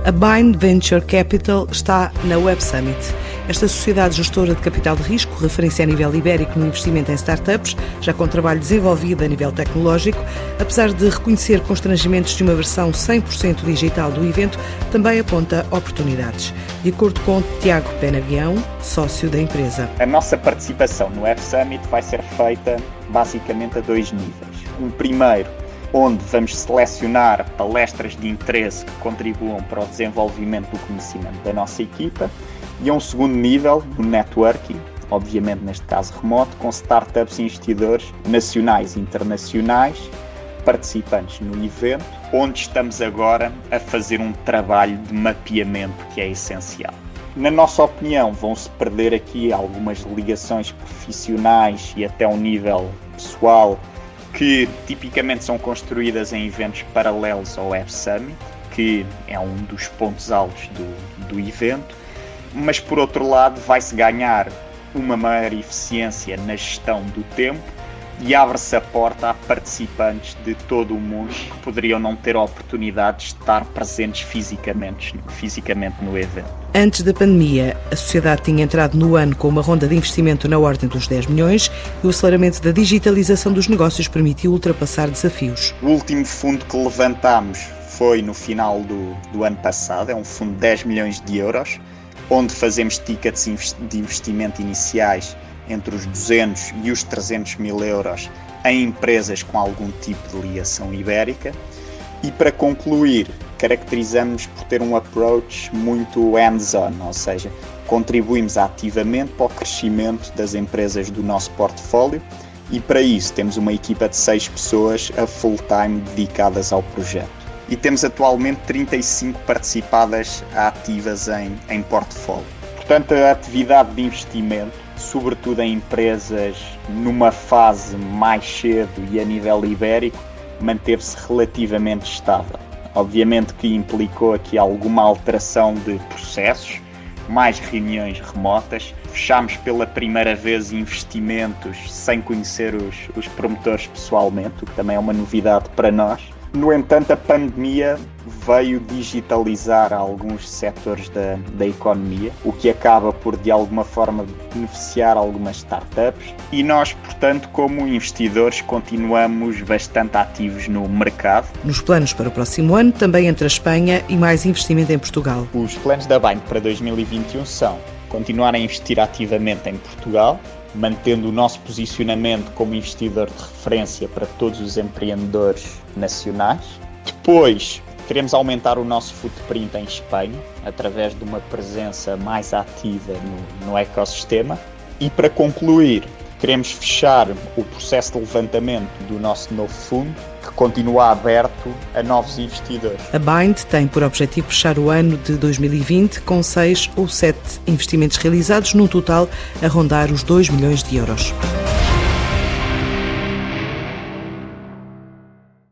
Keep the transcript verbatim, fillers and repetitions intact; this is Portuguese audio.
A Bind Venture Capital está na Web Summit. Esta sociedade gestora de capital de risco, referência a nível ibérico no investimento em startups, já com trabalho desenvolvido a nível tecnológico, apesar de reconhecer constrangimentos de uma versão cem por cento digital do evento, também aponta oportunidades. De acordo com Tiago Penaguião, sócio da empresa. A nossa participação no Web Summit vai ser feita basicamente a dois níveis. Um primeiro, onde vamos selecionar palestras de interesse que contribuam para o desenvolvimento do conhecimento da nossa equipa, e a um segundo nível, do networking, obviamente neste caso remoto, com startups e investidores nacionais e internacionais, participantes no evento, onde estamos agora a fazer um trabalho de mapeamento que é essencial. Na nossa opinião, vão-se perder aqui algumas ligações profissionais e até um nível pessoal que tipicamente são construídas em eventos paralelos ao Web Summit, que é um dos pontos altos do, do evento, mas por outro lado vai-se ganhar uma maior eficiência na gestão do tempo e abre-se a porta a participantes de todo o mundo que poderiam não ter a oportunidade de estar presentes fisicamente, fisicamente no evento. Antes da pandemia, a sociedade tinha entrado no ano com uma ronda de investimento na ordem dos dez milhões e o aceleramento da digitalização dos negócios permitiu ultrapassar desafios. O último fundo que levantámos foi no final do, do ano passado, é um fundo de dez milhões de euros, onde fazemos tickets de investimento iniciais entre os duzentos e os trezentos mil euros em empresas com algum tipo de ligação ibérica. E para concluir, caracterizamos por ter um approach muito hands-on, ou seja, contribuímos ativamente para o crescimento das empresas do nosso portfólio e para isso temos uma equipa de seis pessoas a full-time dedicadas ao projeto. E temos atualmente trinta e cinco participadas ativas em, em portfólio. Portanto, a atividade de investimento, sobretudo em empresas numa fase mais cedo e a nível ibérico, manteve-se relativamente estável. Obviamente que implicou aqui alguma alteração de processos, mais reuniões remotas. Fechámos pela primeira vez investimentos sem conhecer os, os promotores pessoalmente, o que também é uma novidade para nós. No entanto, a pandemia veio digitalizar alguns setores da, da economia, o que acaba por, de alguma forma, beneficiar algumas startups. E nós, portanto, como investidores, continuamos bastante ativos no mercado. Nos planos para o próximo ano, também entra a Espanha e mais investimento em Portugal. Os planos da Bind para dois mil e vinte e um são continuar a investir ativamente em Portugal, mantendo o nosso posicionamento como investidor de referência para todos os empreendedores nacionais. Depois, queremos aumentar o nosso footprint em Espanha, através de uma presença mais ativa no, no ecossistema. E para concluir, queremos fechar o processo de levantamento do nosso novo fundo, que continua aberto a novos investidores. A Bind tem por objetivo fechar o ano de dois mil e vinte com seis ou sete investimentos realizados, num total a rondar os dois milhões de euros.